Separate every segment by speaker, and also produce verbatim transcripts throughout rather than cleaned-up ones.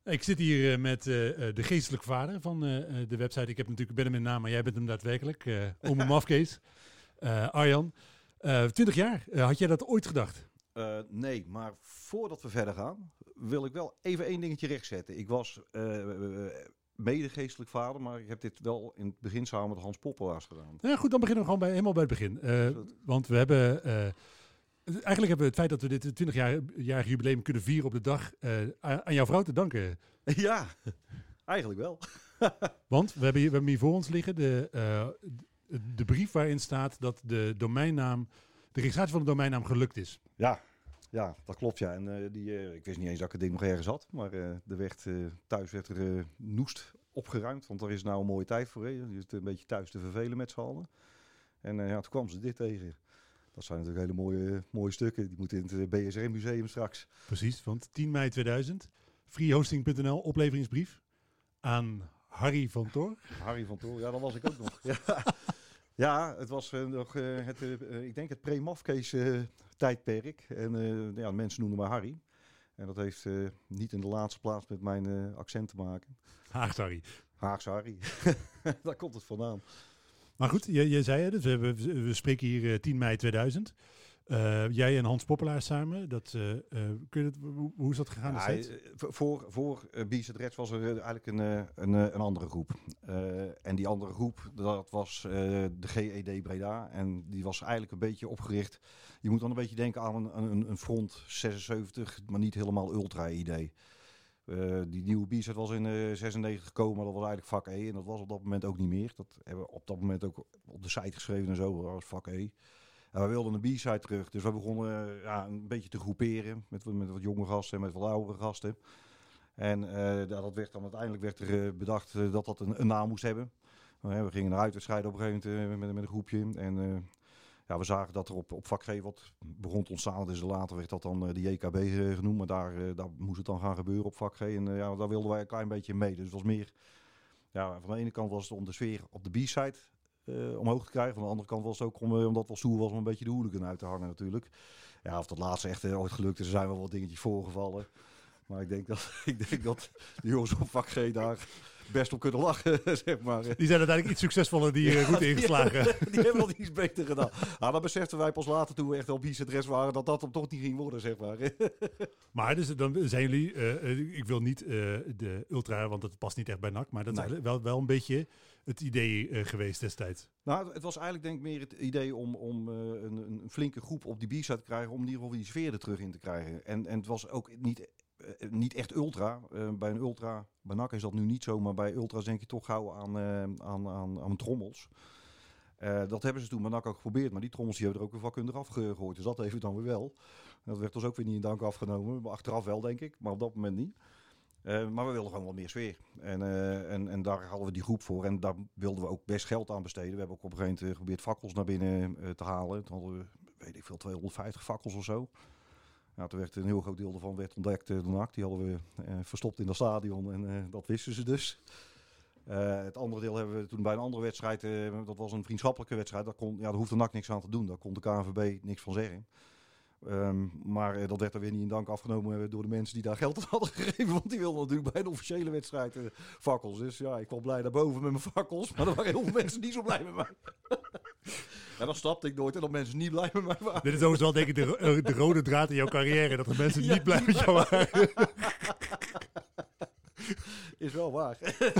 Speaker 1: Ik zit hier uh, met uh, de geestelijke vader van uh, de website. Ik heb natuurlijk, ben hem in naam, maar jij bent hem daadwerkelijk. Uh, Ome Mafkees, uh, Arjan. Uh, twintig jaar, uh, had jij dat ooit gedacht?
Speaker 2: Uh, nee, maar voordat we verder gaan, wil ik wel even één dingetje rechtzetten. Ik was uh, uh, mede geestelijk vader, maar ik heb dit wel in het begin samen met Hans Poppelaars gedaan.
Speaker 1: Ja, goed, dan beginnen we gewoon bij, helemaal bij het begin. Uh, want we hebben... Uh, Eigenlijk hebben we het feit dat we dit twintig-jarig jubileum kunnen vieren op de dag uh, aan jouw vrouw te danken.
Speaker 2: Ja, eigenlijk wel.
Speaker 1: Want we hebben, hier, we hebben hier voor ons liggen de, uh, de brief waarin staat dat de domeinnaam, de registratie van de domeinnaam gelukt is.
Speaker 2: Ja, ja dat klopt ja. En uh, die, uh, ik wist niet eens dat ik het ding nog ergens had, maar uh, er werd, uh, thuis werd er uh, noest opgeruimd, want er is nou een mooie tijd voor. Hè? Je zit een beetje thuis te vervelen met z'n allen. En uh, ja, toen kwam ze dit tegen. Dat zijn natuurlijk hele mooie, mooie stukken. Die moeten in het B S R museum straks.
Speaker 1: Precies, want tien mei tweeduizend. freehosting punt n l, opleveringsbrief aan Harry van Tor.
Speaker 2: Harry van Tor, ja, dat was ik ook nog. Ja, ja het was uh, nog, uh, het, uh, ik denk het pre-Mafkees uh, tijdperk. En uh, ja, mensen noemen me Harry. En dat heeft uh, niet in de laatste plaats met mijn uh, accent te maken.
Speaker 1: Haagse Harry.
Speaker 2: Haagse Harry. Daar komt het vandaan.
Speaker 1: Maar goed, je, je zei het, dus we, we spreken hier uh, tien mei tweeduizend. Uh, jij en Hans Poppelaars samen. Dat, uh, uh, kun je het, hoe, hoe is dat gegaan?
Speaker 2: Ja, voor voor uh, B Z Reds was er uh, eigenlijk een, uh, een, uh, een andere groep. Uh, en die andere groep, dat was uh, de G E D Breda. En die was eigenlijk een beetje opgericht. Je moet dan een beetje denken aan een, een, een Front zesenzeventig, maar niet helemaal ultra-idee. Uh, die nieuwe B Z was in uh, zesennegentig gekomen, maar dat was eigenlijk vak E. En dat was op dat moment ook niet meer. Dat hebben we op dat moment ook op de site geschreven en zo. Dat was vak E. En we wilden een B-site terug. Dus we begonnen uh, ja, een beetje te groeperen. Met, met wat jonge gasten en met wat oudere gasten. En uh, dat werd dan uiteindelijk werd er uh, bedacht uh, dat dat een, een naam moest hebben. Uh, we gingen naar uitwedstrijden op een gegeven moment uh, met, met een groepje. En uh, ja, we zagen dat er op, op vak G wat begon te ontstaan. Dus later werd dat dan uh, de J K B uh, genoemd. Maar daar, uh, daar moest het dan gaan gebeuren op vak G. En uh, ja, daar wilden wij een klein beetje mee. Dus het was meer... Ja, van de ene kant was het om de sfeer op de B-site uh, omhoog te krijgen. Van de andere kant was het ook om, uh, omdat het wel stoer was om een beetje de hooligan uit te hangen natuurlijk. Ja, of dat laatste echt uh, ooit gelukt is, er zijn wel wat dingetjes voorgevallen. Maar ik denk dat, ik denk dat de jongens op vak G daar best op kunnen lachen, zeg maar.
Speaker 1: Die zijn uiteindelijk iets succesvoller, die ja, goed ingeslagen.
Speaker 2: Die, die hebben wel iets beter gedaan. Ah, dat beseften wij pas later, toen we echt op die adres waren, dat dat hem toch niet ging worden, zeg maar.
Speaker 1: Maar dus, dan zijn jullie, uh, ik wil niet uh, de ultra, want dat past niet echt bij N A C, maar dat nee. is wel, wel een beetje het idee uh, geweest destijds.
Speaker 2: Nou, het was eigenlijk denk ik meer het idee om, om uh, een, een flinke groep op die B-site te krijgen, om in ieder geval die sfeer er terug in te krijgen. En, en het was ook niet... Uh, niet echt ultra. Uh, bij een ultra, bij N A C is dat nu niet zo, maar bij ultra's denk je toch gauw aan, uh, aan, aan, aan trommels. Uh, dat hebben ze toen bij N A C ook geprobeerd, maar die trommels die hebben er ook weer vakkundig afgegooid. Dus dat even dan weer wel. Dat werd dus ook weer niet in dank afgenomen. Maar achteraf wel, denk ik, maar op dat moment niet. Uh, maar we wilden gewoon wat meer sfeer. En, uh, en, en daar hadden we die groep voor. En daar wilden we ook best geld aan besteden. We hebben ook op een gegeven moment geprobeerd fakkels naar binnen uh, te halen. Toen hadden we, weet ik veel, tweehonderdvijftig fakkels of zo. Ja, toen werd een heel groot deel ervan werd ontdekt uh, de N A C. Die hadden we uh, verstopt in dat stadion en uh, dat wisten ze dus. Uh, het andere deel hebben we toen bij een andere wedstrijd, uh, dat was een vriendschappelijke wedstrijd. Daar, kon, ja, daar hoefde N A C niks aan te doen, daar kon de K N V B niks van zeggen. Um, maar uh, dat werd er weer niet in dank afgenomen door de mensen die daar geld aan hadden gegeven. Want die wilden natuurlijk bij een officiële wedstrijd uh, fakkels. Dus ja, ik kwam blij naar boven met mijn fakkels. Maar er waren heel veel mensen niet zo blij met mij. Ja, dat stapte ik nooit en dat mensen niet blij met mij waren.
Speaker 1: Dit is overigens wel denk ik de, de rode draad in jouw carrière. Dat er mensen ja, niet blij met jou waren.
Speaker 2: Is wel waar.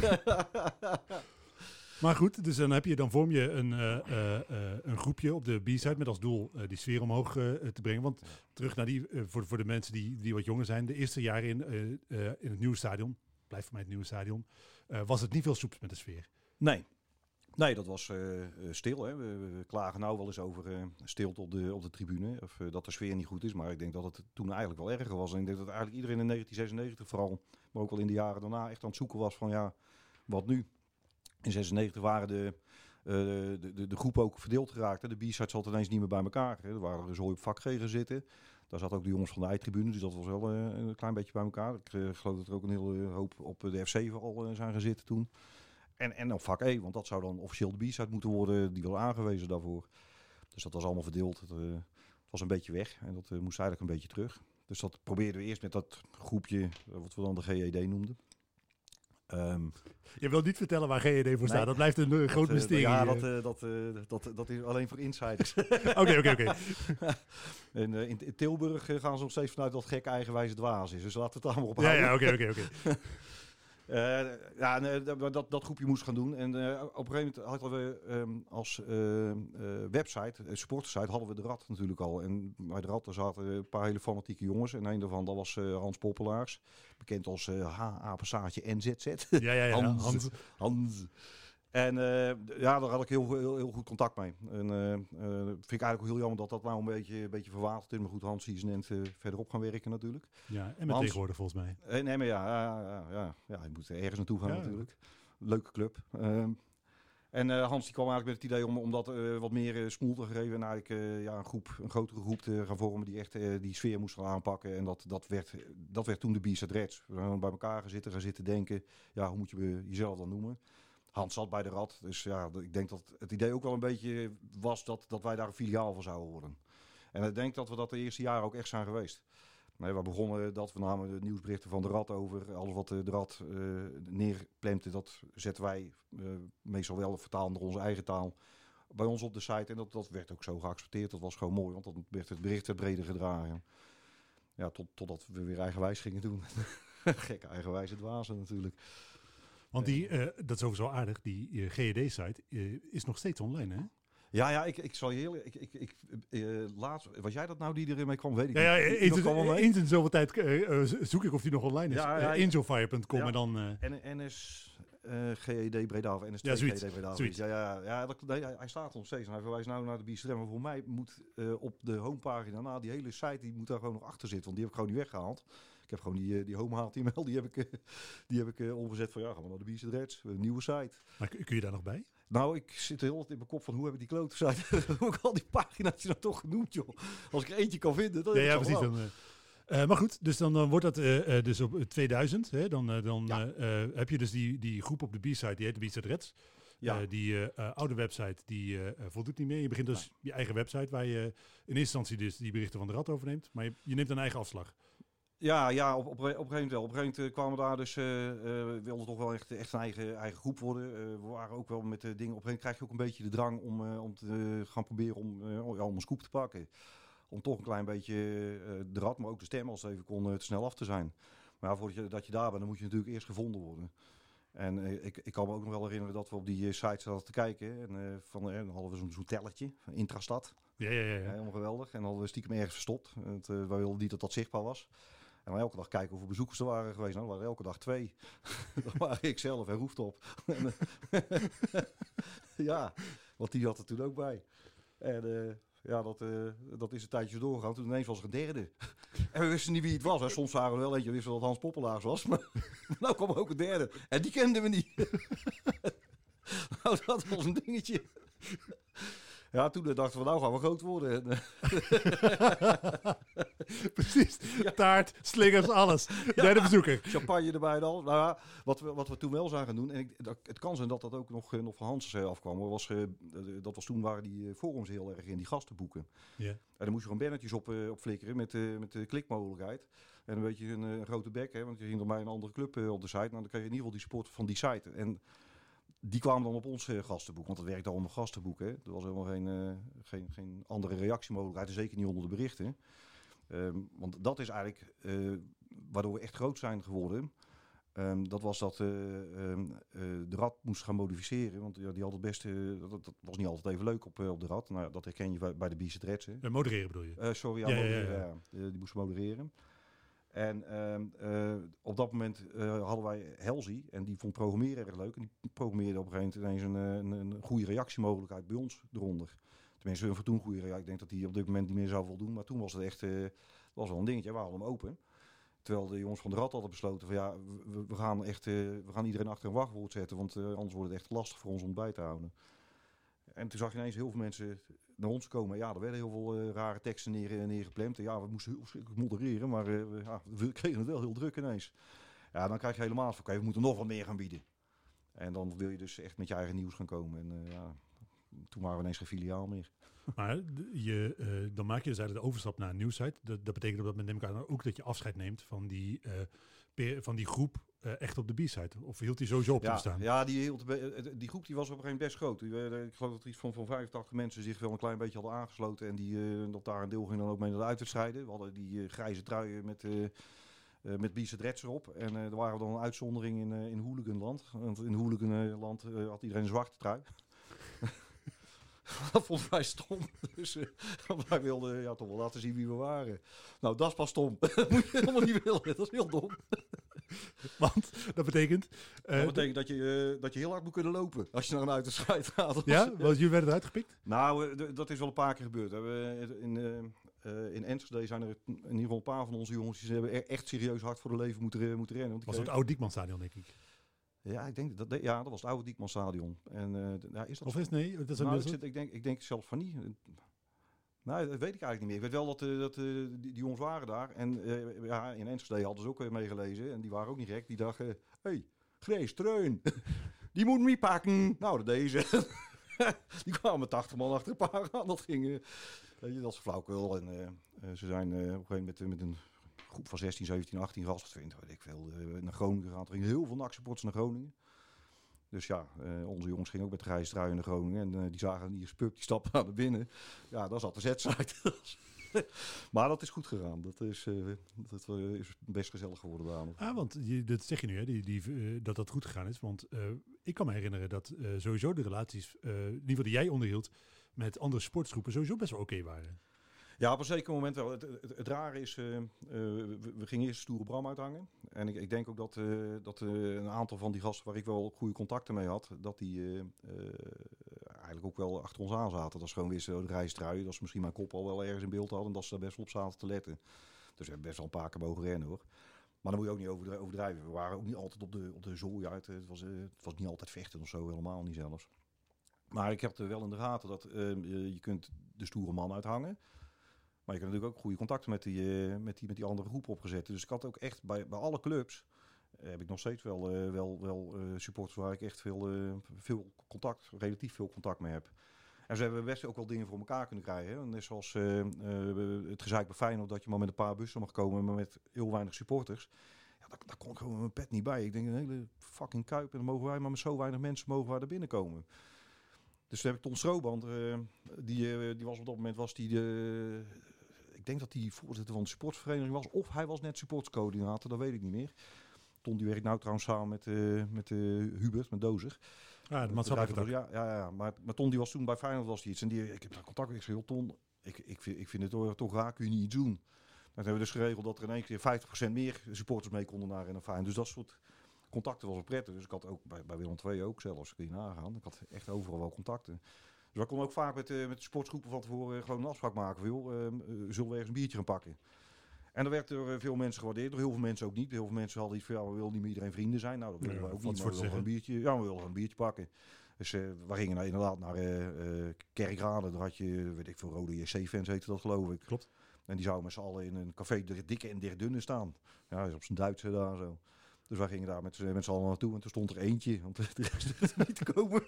Speaker 1: Maar goed, dus dan, heb je, dan vorm je een, uh, uh, uh, een groepje op de B-side met als doel uh, die sfeer omhoog uh, te brengen. Want terug naar die, uh, voor, voor de mensen die, die wat jonger zijn, de eerste jaren in, uh, uh, in het nieuwe stadion, blijft voor mij het nieuwe stadion, uh, was het niet veel soeps met de sfeer.
Speaker 2: Nee. Nee, dat was uh, stil. Hè. We, we klagen nou wel eens over uh, stilte op de, op de tribune. Of uh, dat de sfeer niet goed is. Maar ik denk dat het toen eigenlijk wel erger was. En ik denk dat eigenlijk iedereen in negentien zesennegentig vooral, maar ook wel in de jaren daarna, echt aan het zoeken was van ja, wat nu? In zesennegentig waren de, uh, de, de, de groepen ook verdeeld geraakt. Hè. De B-side zat ineens niet meer bij elkaar. Hè. Er waren er zo op vak G gaan zitten. Daar zaten ook de jongens van de I-tribune. Dus dat was wel uh, een klein beetje bij elkaar. Ik uh, geloof dat er ook een hele hoop op de F zeven al uh, zijn gaan zitten toen. En, en op vak E, want dat zou dan officieel de B-side moeten worden. Die wel aangewezen daarvoor. Dus dat was allemaal verdeeld. Het, uh, het was een beetje weg. En dat uh, moest eigenlijk een beetje terug. Dus dat probeerden we eerst met dat groepje, wat we dan de G E D noemden. Um,
Speaker 1: Je wilt niet vertellen waar G E D voor staat. Nee, dat blijft een uh, groot
Speaker 2: dat,
Speaker 1: mysterie.
Speaker 2: Ja, dat, uh, dat, uh, dat, dat is alleen voor insiders.
Speaker 1: Oké, oké, oké.
Speaker 2: En uh, in, in Tilburg uh, gaan ze nog steeds vanuit dat gek eigenwijze dwaas is. Dus laten we het daar maar op
Speaker 1: ja,
Speaker 2: houden.
Speaker 1: Ja, oké, oké, oké.
Speaker 2: Uh, ja, nee, dat, dat groepje moest gaan doen. En uh, op een gegeven moment hadden we um, als uh, uh, website, uh, supportersite, hadden we de Rad natuurlijk al. En bij de Rad daar zaten een paar hele fanatieke jongens. En een daarvan, dat was uh, Hans Poppelaars. Bekend als uh, H-apenstaartje N Z Z.
Speaker 1: Ja, ja, ja.
Speaker 2: Hans.
Speaker 1: Hans.
Speaker 2: Hans. En uh, ja, daar had ik heel, heel, heel goed contact mee. En uh, uh, vind ik eigenlijk heel jammer dat dat nou een beetje, een beetje verwaterd is. Maar goed, Hans is net uh, verderop gaan werken natuurlijk.
Speaker 1: Ja, en met Hans, tegenwoordig volgens mij.
Speaker 2: Uh, nee, maar ja, ja, ja, ja, ja, je moet ergens naartoe gaan ja, natuurlijk. Leuke club. Uh, en uh, Hans die kwam eigenlijk met het idee om, om dat uh, wat meer uh, smoel te geven. En eigenlijk uh, ja, een, groep, een grotere groep te gaan vormen die echt uh, die sfeer moest gaan aanpakken. En dat, dat, werd, dat werd toen de B-Side Reds. We zijn bij elkaar gaan zitten, gaan zitten denken. Ja, hoe moet je jezelf dan noemen? Hans zat bij de Rad, dus ja, ik denk dat het idee ook wel een beetje was dat, dat wij daar een filiaal van zouden worden. En ik denk dat we dat de eerste jaren ook echt zijn geweest. Nee, we begonnen dat we namen de nieuwsberichten van de Rad over. Alles wat de Rad uh, neerplemte, dat zetten wij uh, meestal wel vertaald naar onze eigen taal bij ons op de site. En dat, dat werd ook zo geaccepteerd. Dat was gewoon mooi, want dan werd het bericht werd breder gedragen. Ja, tot, totdat we weer eigenwijs gingen doen. Gekke eigenwijze dwazen natuurlijk.
Speaker 1: Want die, uh, dat is sowieso aardig, die uh, G E D-site uh, is nog steeds online, hè?
Speaker 2: Ja, ja, ik, ik zal je heel... Ik, ik, ik, uh, laatst, was jij dat nou die ermee kwam? Weet ik
Speaker 1: ja,
Speaker 2: niet.
Speaker 1: Ja, eens, eens, eens in zoveel tijd uh, uh, zoek ik of die nog online is. Ja, ja, uh, angelfire punt com ja, en dan... Uh,
Speaker 2: en N S uh, G E D Breda of N S twee
Speaker 1: ja, zoiets,
Speaker 2: G E D Breda.
Speaker 1: Zoiets.
Speaker 2: Ja, ja, ja dat, nee, hij staat nog steeds. En hij verwijst nou naar de B-Side. Maar voor mij moet uh, op de homepagina, nou, die hele site, die moet daar gewoon nog achter zitten. Want die heb ik gewoon niet weggehaald. Ik heb gewoon die, die home H T M L, die heb ik, uh, die heb ik uh, omgezet van ja, gaan we naar de B-Side Reds, een nieuwe site.
Speaker 1: Maar kun je daar nog bij?
Speaker 2: Nou, ik zit heel in mijn kop van hoe heb ik die klote site, hoe heb ik al die pagina's nou toch genoemd, joh. Als ik er eentje kan vinden, dan
Speaker 1: ja,
Speaker 2: is het
Speaker 1: ja, precies. Dan, uh, uh, maar goed, dus dan, dan wordt dat uh, uh, dus op tweeduizend. Hè, dan uh, dan ja. uh, uh, heb je dus die, die groep op de B-site, die heet de B-Side Reds. Ja. Uh, die uh, uh, oude website, die uh, voldoet niet meer. Je begint dus ja. je eigen website, waar je in eerste instantie dus die berichten van de Rad overneemt. Maar je, je neemt een eigen afslag.
Speaker 2: Ja, ja op, op, op een gegeven moment wel. Op een gegeven moment uh, kwamen we daar dus, uh, uh, we wilden toch wel echt, echt een eigen, eigen groep worden. Uh, we waren ook wel met uh, dingen, op een gegeven moment krijg je ook een beetje de drang om, uh, om te uh, gaan proberen om, uh, ja, om een scoop te pakken. Om toch een klein beetje uh, de Rad, maar ook de stem als het even kon, uh, te snel af te zijn. Maar ja, voordat je, dat je daar bent, dan moet je natuurlijk eerst gevonden worden. En uh, ik, ik kan me ook nog wel herinneren dat we op die uh, site zaten te kijken. En uh, van, uh, dan hadden we zo'n, zo'n telletje van Intrastad.
Speaker 1: Ja, ja, ja. ja.
Speaker 2: Uh, helemaal geweldig. En dan hadden we stiekem ergens verstopt. Want, uh, wij wilden niet dat dat zichtbaar was. En dan elke dag kijken hoeveel bezoekers er waren geweest. Nou, er waren elke dag twee. Dat waren ik zelf en Roeftop. Ja, want die had er toen ook bij. En uh, ja, dat, uh, dat is een tijdje doorgegaan. Toen ineens was er een derde. En we wisten niet wie het was. Hè. Soms zagen we wel eentje, we wisten dat Hans Poppelaars was. Maar nou kwam er ook een derde. En die kenden we niet. Nou, dat was een dingetje. Ja, toen dachten we, nou gaan we groot worden.
Speaker 1: Precies. Ja. Taart, slingers, alles. Ja. Derde bezoeker.
Speaker 2: Champagne erbij en al. Nou ja, wat we, wat we toen wel zijn gaan doen, en ik, dat, het kan zijn dat dat ook nog, nog van Hans afkwam. Was, uh, dat was toen waren die forums heel erg in, die gastenboeken.
Speaker 1: Ja.
Speaker 2: En dan moest je gewoon bannetjes op, uh, op flikkeren met, uh, met de klikmogelijkheid. En een beetje een, een grote bek, hè, want je ging dan bij een andere club uh, op de site. Nou, dan kreeg je in ieder geval die support van die site. En die kwamen dan op ons uh, gastenboek, want dat werkte al onder gastenboek. Hè. Er was helemaal geen, uh, geen, geen andere reactiemogelijkheid, zeker niet onder de berichten. Um, want dat is eigenlijk uh, waardoor we echt groot zijn geworden. Um, dat was dat uh, um, uh, de Rad moest gaan modificeren. Want ja, die had het best, uh, dat, dat was niet altijd even leuk op, uh, op de Rad. Nou, dat herken je bij, bij de B-Side Reds. Uh,
Speaker 1: modereren bedoel je?
Speaker 2: Uh, sorry, ja,
Speaker 1: ja,
Speaker 2: modereren,
Speaker 1: ja, ja.
Speaker 2: ja. Uh, die moest modereren. En um, uh, op dat moment uh, hadden wij Helzi en die vond programmeren erg leuk. En die programmeerde op een gegeven moment ineens een, een, een goede reactiemogelijkheid bij ons eronder. Tenminste, voor toen goede reactie. Ik denk dat hij op dit moment niet meer zou voldoen. Maar toen was het echt, uh, was wel een dingetje. We hadden hem open. Terwijl de jongens van de Rad hadden besloten van ja, we, we gaan echt, uh, we gaan iedereen achter een wachtwoord zetten. Want uh, anders wordt het echt lastig voor ons om bij te houden. En toen zag je ineens heel veel mensen naar ons komen. Ja, er werden heel veel uh, rare teksten neer, neergeplemd. En ja, we moesten heel verschrikkelijk modereren. Maar uh, we, ja, we kregen het wel heel druk ineens. Ja, dan krijg je helemaal van, oké, okay, we moeten nog wat meer gaan bieden. En dan wil je dus echt met je eigen nieuws gaan komen. En uh, ja, toen waren we ineens geen filiaal meer.
Speaker 1: Maar je, uh, dan maak je dus eigenlijk de overstap naar een nieuwsite. Dat, dat betekent op dat moment neem ik aan ook dat je afscheid neemt van die, uh, per, van die groep uh, echt op de B-site. Of hield die sowieso op
Speaker 2: ja,
Speaker 1: te staan?
Speaker 2: Ja, die, hield, die groep die was op een gegeven moment best groot. Die, ik geloof dat er iets van, van vijfentachtig mensen zich wel een klein beetje hadden aangesloten. En die, uh, dat daar een deel ging dan ook mee naar de uitwedstrijden. We hadden die uh, grijze truien met... Uh, Uh, met B Z Reds erop. En uh, er waren dan een uitzondering in, uh, in Hooliganland. Want in Hooliganland uh, had iedereen een zwarte trui. Dat vonden wij stom. Dus uh, wij wilden ja, toch wel laten zien wie we waren. Nou, dat is pas stom. Dat moet je helemaal niet willen. Dat is heel dom.
Speaker 1: Want dat betekent...
Speaker 2: Uh, dat betekent dat je, uh, dat je heel hard moet kunnen lopen. Als je naar een uitwedstrijd gaat.
Speaker 1: Ja? Want jullie werden eruit gepikt?
Speaker 2: Nou, uh, d- dat is wel een paar keer gebeurd. We in... Uh, Uh, in Enschede zijn er in ieder geval een paar van onze jongens die hebben echt serieus hard voor de leven moeten, moeten rennen. Want
Speaker 1: was het oude Diekmanstadion, denk ik?
Speaker 2: Ja, ik denk dat, ja, dat was het oude Diekmanstadion. En uh, ja, is dat
Speaker 1: of is nee? Dat is
Speaker 2: nou, ik, zit, ik, denk, ik denk zelfs van niet. Nou, dat weet ik eigenlijk niet meer. Ik weet wel dat, uh, dat uh, die, die jongens waren daar. En uh, ja, in Enschede hadden ze ook uh, meegelezen. En die waren ook niet gek. Die dachten, hé, hey, Grees, Treun, die moet me pakken. Nou, dat deze. Die kwamen tachtig man achter een paar aan. Dat ging... Uh, Weet je, dat is flauwkul. En uh, uh, ze zijn uh, op een gegeven moment uh, met een groep van zestien, zeventien, achttien gasten, weet ik veel, uh, naar Groningen gegaan. Er gingen heel veel N A C-supporters naar Groningen. Dus ja, uh, onze jongens gingen ook met de grijze trui naar Groningen. En uh, die zagen die spup, die stapten naar binnen. Ja, daar zat de Z-site. Maar dat is goed gegaan. Dat is, uh, dat uh, is best gezellig geworden daar.
Speaker 1: Ah, want je, dat zeg je nu, hè, die, die, uh, dat dat goed gegaan is. Want uh, ik kan me herinneren dat uh, sowieso de relaties, uh, in ieder geval die jij onderhield, met andere sportgroepen sowieso best wel oké okay waren.
Speaker 2: Ja, op een zeker moment wel. Het, het, het rare is, uh, uh, we, we gingen eerst Stoere Bram uithangen. En ik, ik denk ook dat, uh, dat uh, een aantal van die gasten waar ik wel goede contacten mee had, dat die uh, uh, eigenlijk ook wel achter ons aan zaten. Dat is gewoon weer zo de reistrui, dat ze misschien mijn kop al wel ergens in beeld hadden en dat ze daar best wel op zaten te letten. Dus we hebben best wel een paar keer mogen rennen hoor. Maar dan moet je ook niet overdrijven. We waren ook niet altijd op de, op de zooi uit. Het was, uh, het was niet altijd vechten of zo, helemaal niet zelfs. Maar ik heb er wel in de gaten dat uh, je kunt de stoere man uithangen. Maar je kunt natuurlijk ook goede contacten met die, uh, met die, met die andere groep opgezet. Dus ik had ook echt bij, bij alle clubs, uh, heb ik nog steeds wel, uh, wel, wel uh, supporters waar ik echt veel, uh, veel contact, relatief veel contact mee heb. En ze hebben best ook wel dingen voor elkaar kunnen krijgen. Hè? Net zoals uh, uh, het gezeik bij Feyenoord dat je maar met een paar bussen mag komen, maar met heel weinig supporters. Ja, daar, daar kon ik gewoon mijn pet niet bij. Ik denk een hele fucking kuip en dan mogen wij maar met zo weinig mensen mogen wij er binnenkomen. Dus toen heb ik Ton Strooband, uh, die, uh, die was op dat moment was die de, ik denk dat hij voorzitter van de supportsvereniging was, of hij was net supportscoördinator, dat weet ik niet meer. Ton die werkt nou trouwens samen met, uh, met uh, Hubert, met Dozer.
Speaker 1: Ja, de maatschappelijke
Speaker 2: ja, ja, ja, maar, maar Ton die was toen bij Feyenoord was die iets en die, ik heb daar contact met, ik zei, joh, Ton, ik, ik, vind, ik vind het toch, toch raar, kun je niet iets doen. Dan hebben we dus geregeld dat er in één keer vijftig procent meer supporters mee konden naar en Feyenoord. Dus dat soort contacten was wel prettig. Dus ik had ook bij, bij Willem twee ook zelfs, kun je nagaan. Ik had echt overal wel contacten. Dus we konden ook vaak met, uh, met de sportsgroepen van tevoren uh, gewoon een afspraak maken. Van, joh, uh, uh, zullen we ergens een biertje gaan pakken? En er werd door uh, veel mensen gewaardeerd. Door heel veel mensen ook niet. Heel veel mensen hadden iets van, ja, we willen niet met iedereen vrienden zijn. Nou, dat willen
Speaker 1: ja,
Speaker 2: we ook niet. Maar we willen een biertje, ja, we willen een biertje pakken. Dus uh, we gingen nou inderdaad naar uh, uh, Kerkrade. Daar had je, weet ik veel, Rode J C-fans heette dat geloof ik.
Speaker 1: Klopt.
Speaker 2: En die zouden met z'n allen in een café de dikke en de dunne staan. Ja, dat is op zijn Duitse daar zo. Dus wij gingen daar met, met z'n allen naartoe en toen stond er eentje, want de rest is niet te komen.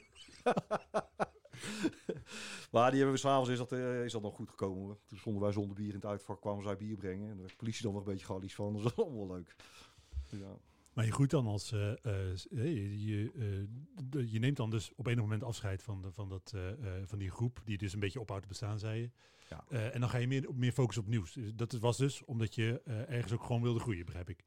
Speaker 2: Maar die hebben we s'avonds, is dat, uh, is dat nog goed gekomen. Toen stonden wij zonder bier in het uitvak, kwamen zij bier brengen. En daar werd de politie dan nog een beetje gallies van, dat was allemaal leuk. Ja.
Speaker 1: Maar je groeit dan als, uh, uh, je, je, uh, je neemt dan dus op een moment afscheid van, de, van, dat, uh, uh, van die groep, die dus een beetje ophoudt te bestaan, zei je.
Speaker 2: Ja.
Speaker 1: Uh, en dan ga je meer, meer focussen op nieuws. Dat was dus omdat je uh, ergens ook gewoon wilde groeien, begrijp ik.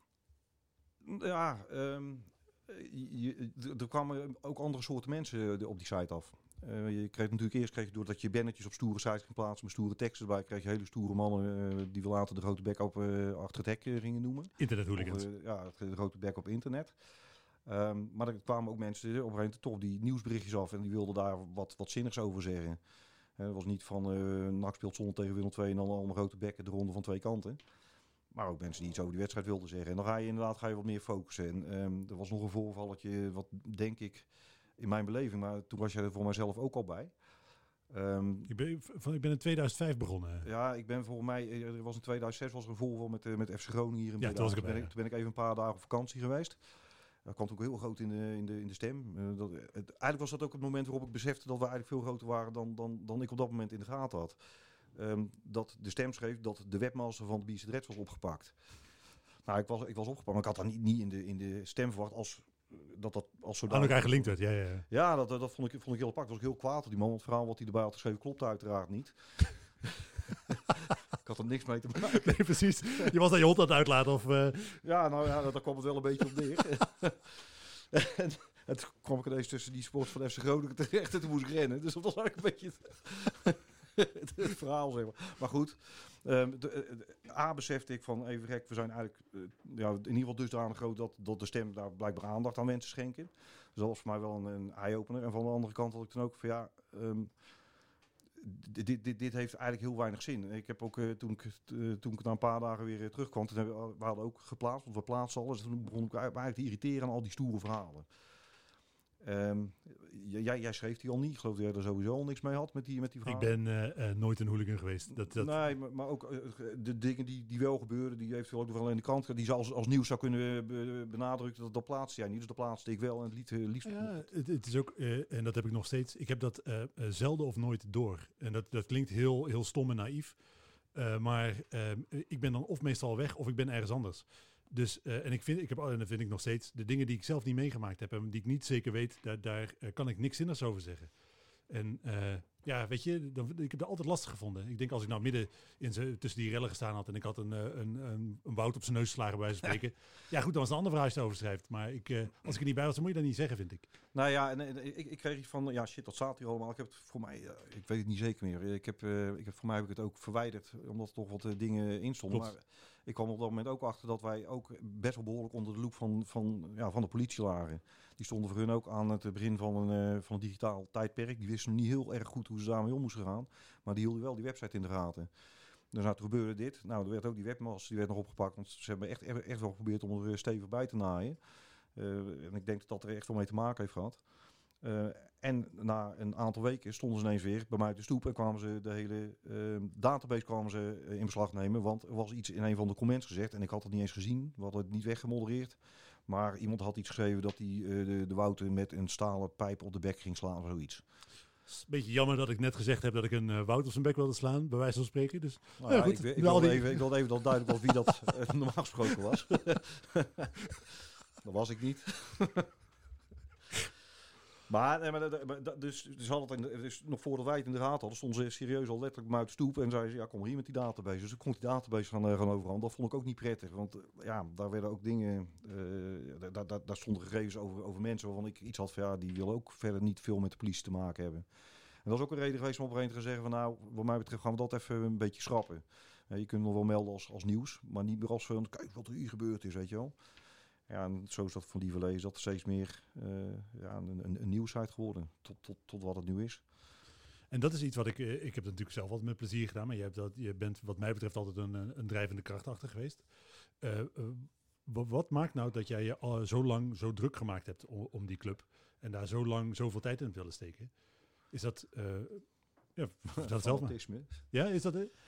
Speaker 2: Ja, um, je, er kwamen ook andere soorten mensen op die site af. Uh, je kreeg natuurlijk eerst, kreeg je, doordat je bannetjes op stoere sites ging plaatsen, met stoere teksten erbij, kreeg je hele stoere mannen uh, die we later de grote bek op uh, achter het hek uh, gingen noemen.
Speaker 1: Internethooligans.
Speaker 2: Uh, ja, de grote bek op internet. Um, maar er kwamen ook mensen op een gegeven moment toch die nieuwsberichtjes af en die wilden daar wat, wat zinnigs over zeggen. Het uh, was niet van uh, N A C speelt zondag tegen Willem twee en dan allemaal grote bekken de ronde van twee kanten. Maar ook mensen die iets over die wedstrijd wilden zeggen. En dan ga je inderdaad ga je wat meer focussen. En um, er was nog een voorvalletje, wat denk ik, in mijn beleving, maar toen was jij er voor mijzelf ook al bij. Um,
Speaker 1: ik, ben, van, ik ben in tweeduizend vijf begonnen.
Speaker 2: Ja, ik ben volgens mij, er was in tweeduizend zes was er een voorval met, uh, met F C Groningen hier in
Speaker 1: ja,
Speaker 2: Breda.
Speaker 1: toen,
Speaker 2: ben ik, toen ben ik even een paar dagen op vakantie geweest. Dat kwam ook heel groot in de, in de, in de stem. Uh, dat, het, eigenlijk was dat ook het moment waarop ik besefte dat we eigenlijk veel groter waren dan, dan, dan ik op dat moment in de gaten had. Um, dat de stem schreef dat de webmaster van de B Z Reds was opgepakt. Nou, ik was, ik was opgepakt, maar ik had dat niet, niet in, de, in de stem verwacht als dat dat als zodanig...
Speaker 1: Aan elkaar gelinkt werd, ja, ja, ja.
Speaker 2: Ja, dat, dat vond, ik, vond ik heel apart. Dat was ik heel kwaad op die man, want het verhaal wat hij erbij had geschreven klopte uiteraard niet. Ik had er niks mee te maken.
Speaker 1: Nee, precies. Je was daar je hond aan het uitlaten of... Uh...
Speaker 2: Ja, nou ja, daar kwam het wel een beetje op neer. en, en toen kwam ik ineens tussen die sport van F C Groningen terecht en toen moest ik rennen. Dus dat was eigenlijk een beetje het, het, het verhaal, zeg maar. Maar goed, um, de, de, A besefte ik van even gek, we zijn eigenlijk uh, ja, in ieder geval dusdanig groot dat, dat de stem daar blijkbaar aandacht aan wensen schenken. Dus dat was voor mij wel een, een eye-opener. En van de andere kant had ik dan ook van ja... Um, Dit, dit, dit heeft eigenlijk heel weinig zin. Ik heb ook uh, toen, ik, uh, toen ik na een paar dagen weer uh, terugkwam, toen hebben we, we hadden ook geplaatst, want we plaatsen alles. Toen begon ik eigenlijk te irriteren aan al die stoere verhalen. Um, jij, jij schreef die al niet. Ik geloof dat jij er sowieso al niks mee had met die, met die verhalen.
Speaker 1: Ik ben uh, uh, nooit een hooligan geweest. Dat, dat...
Speaker 2: Nee, maar, maar ook uh, de dingen die, die wel gebeuren, die eventueel ook nog wel in de krant, die ze als, als nieuws zou kunnen be, benadrukken, dat, dat plaatste jij niet. Dus dat plaatste ik wel en het liet uh, liefst...
Speaker 1: Ja, het, het is ook, uh, en dat heb ik nog steeds, ik heb dat uh, uh, zelden of nooit door. En dat, dat klinkt heel, heel stom en naïef. Uh, maar uh, ik ben dan of meestal weg of ik ben ergens anders. Dus, uh, en ik vind, ik heb, en dat vind ik nog steeds, de dingen die ik zelf niet meegemaakt heb en die ik niet zeker weet, daar, daar uh, kan ik niks zinnigs over zeggen. En uh, ja, weet je, dan, ik heb het altijd lastig gevonden. Ik denk als ik nou midden in ze, tussen die rellen gestaan had en ik had een, een, een, een woud op zijn neus geslagen bij wijze van spreken. Ja goed, dan was het een ander verhaal als je het over schrijft. Maar ik, uh, als ik er niet bij was, dan moet je dat niet zeggen, vind ik.
Speaker 2: Nou ja, en, en ik, ik kreeg iets van, ja shit, dat staat hier allemaal. Ik heb het voor mij, uh, ik weet het niet zeker meer. Ik heb, uh, ik heb, voor mij heb ik het ook verwijderd, omdat er toch wat uh, dingen in stonden. Maar ik kwam op dat moment ook achter dat wij ook best wel behoorlijk onder de loep van, van, ja, van de politie lagen. Die stonden voor hun ook aan het begin van een, uh, van een digitaal tijdperk. Die wisten niet heel erg goed hoe ze daarmee om moesten gaan. Maar die hielden wel die website in de gaten. Dus nou, toen gebeurde dit. Nou, er werd ook die webmaster, die werd nog opgepakt. Want ze hebben echt, echt, echt wel geprobeerd om er stevig bij te naaien. Uh, en ik denk dat dat er echt wel mee te maken heeft gehad. Uh, en na een aantal weken stonden ze ineens weer bij mij op de stoep en kwamen ze de hele uh, database kwamen ze in beslag nemen. Want er was iets in een van de comments gezegd en ik had het niet eens gezien. We hadden het niet weggemodereerd. Maar iemand had iets geschreven dat hij uh, de, de Wouter met een stalen pijp op de bek ging slaan of zoiets.
Speaker 1: Het is een beetje jammer dat ik net gezegd heb dat ik een uh, Wout op zijn bek wilde slaan, bij wijze van spreken. Dus,
Speaker 2: nou ja, ja, goed, ik, ik, wilde die... even, ik wilde even dat duidelijk was wie dat uh, normaal gesproken was. Dat was ik niet. Maar, nee, maar, maar dus, dus, had het in de, dus nog voordat wij het in de raad hadden, stonden ze serieus al letterlijk bij mij uit de stoep en zeiden ze, ja, kom hier met die database. Dus ik kon die database gaan, uh, gaan overhand. Dat vond ik ook niet prettig, want uh, ja, daar werden ook dingen, uh, daar, daar, daar stonden gegevens over, over mensen waarvan ik iets had van, ja, die willen ook verder niet veel met de politie te maken hebben. En dat is ook een reden geweest om op een gegeven moment te zeggen van, nou, wat mij betreft gaan we dat even een beetje schrappen. Ja, je kunt nog wel melden als, als nieuws, maar niet meer als van, kijk wat er hier gebeurd is, weet je wel. Ja, en zo is dat van die verleden, is dat steeds meer uh, ja, een, een, een nieuwsite geworden, tot, tot, tot wat het nu is.
Speaker 1: En dat is iets wat ik, ik heb het natuurlijk zelf altijd met plezier gedaan, maar je, hebt dat, je bent wat mij betreft altijd een, een drijvende kracht achter geweest. Uh, uh, wat maakt nou dat jij je al zo lang zo druk gemaakt hebt om, om die club en daar zo lang zoveel tijd in hebt willen steken? Is dat, uh, ja, dat zelf maar. Ja, is dat het?